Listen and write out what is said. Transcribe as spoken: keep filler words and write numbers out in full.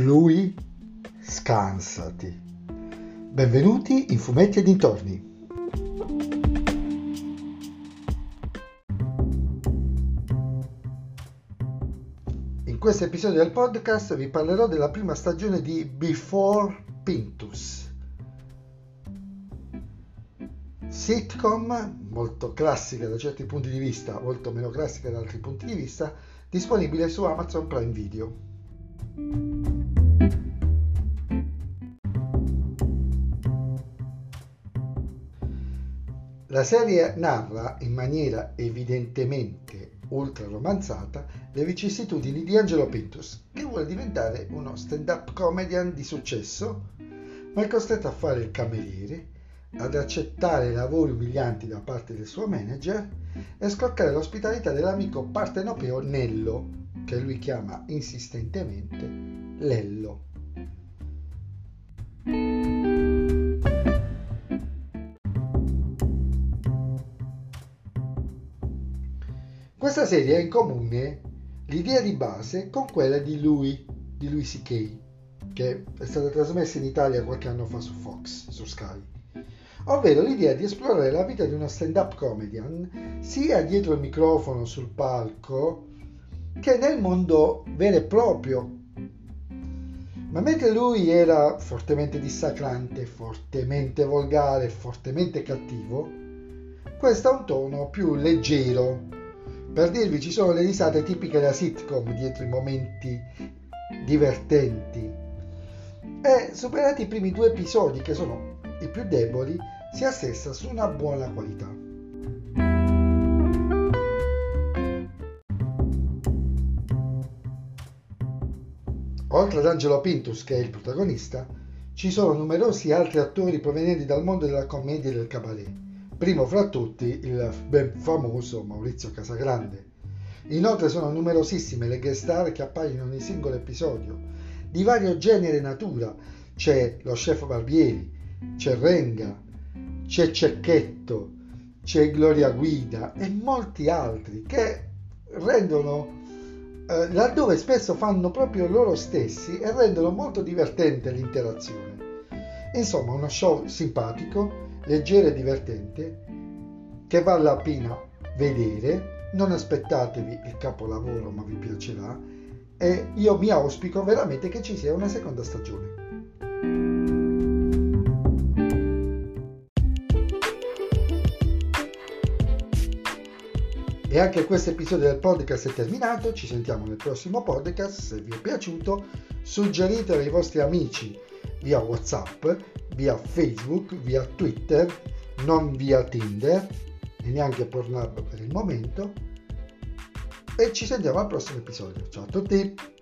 Lui, scansati. Benvenuti in Fumetti e dintorni. In questo episodio del podcast vi parlerò della prima stagione di Before Pintus, sitcom molto classica da certi punti di vista, molto meno classica da altri punti di vista, disponibile su Amazon Prime Video. La serie narra in maniera evidentemente ultra romanzata le vicissitudini di Angelo Pintus, che vuole diventare uno stand-up comedian di successo, ma è costretto a fare il cameriere, ad accettare lavori umilianti da parte del suo manager e scoccare l'ospitalità dell'amico partenopeo Nello, che lui chiama insistentemente Lello. Questa serie ha in comune l'idea di base con quella di lui, di Louis C K, che è stata trasmessa in Italia qualche anno fa su Fox, su Sky, ovvero l'idea di esplorare la vita di uno stand-up comedian sia dietro il microfono, sul palco, che nel mondo vero e proprio. Ma mentre lui era fortemente dissacrante, fortemente volgare, fortemente cattivo, questo ha un tono più leggero. Per dirvi, ci sono le risate tipiche da sitcom dietro i momenti divertenti. E superati i primi due episodi, che sono i più deboli, si assesta su una buona qualità. Oltre ad Angelo Pintus, che è il protagonista, ci sono numerosi altri attori provenienti dal mondo della commedia e del cabaret. Primo fra tutti il ben famoso Maurizio Casagrande. Inoltre sono numerosissime le guest star che appaiono in ogni singolo episodio, di vario genere e natura. C'è lo chef Barbieri, c'è Renga, c'è Cecchetto, c'è Gloria Guida e molti altri che rendono, eh, laddove spesso fanno proprio loro stessi, e rendono molto divertente l'interazione. Insomma, uno show simpatico, leggero e divertente, che vale la pena vedere. Non aspettatevi il capolavoro, ma vi piacerà, e io mi auspico veramente che ci sia una seconda stagione. E anche questo episodio del podcast è terminato. Ci sentiamo nel prossimo podcast. Se vi è piaciuto, suggeritelo ai vostri amici via WhatsApp, via Facebook, via Twitter, non via Tinder e neanche Pornhub per il momento. E ci sentiamo al prossimo episodio. Ciao a tutti!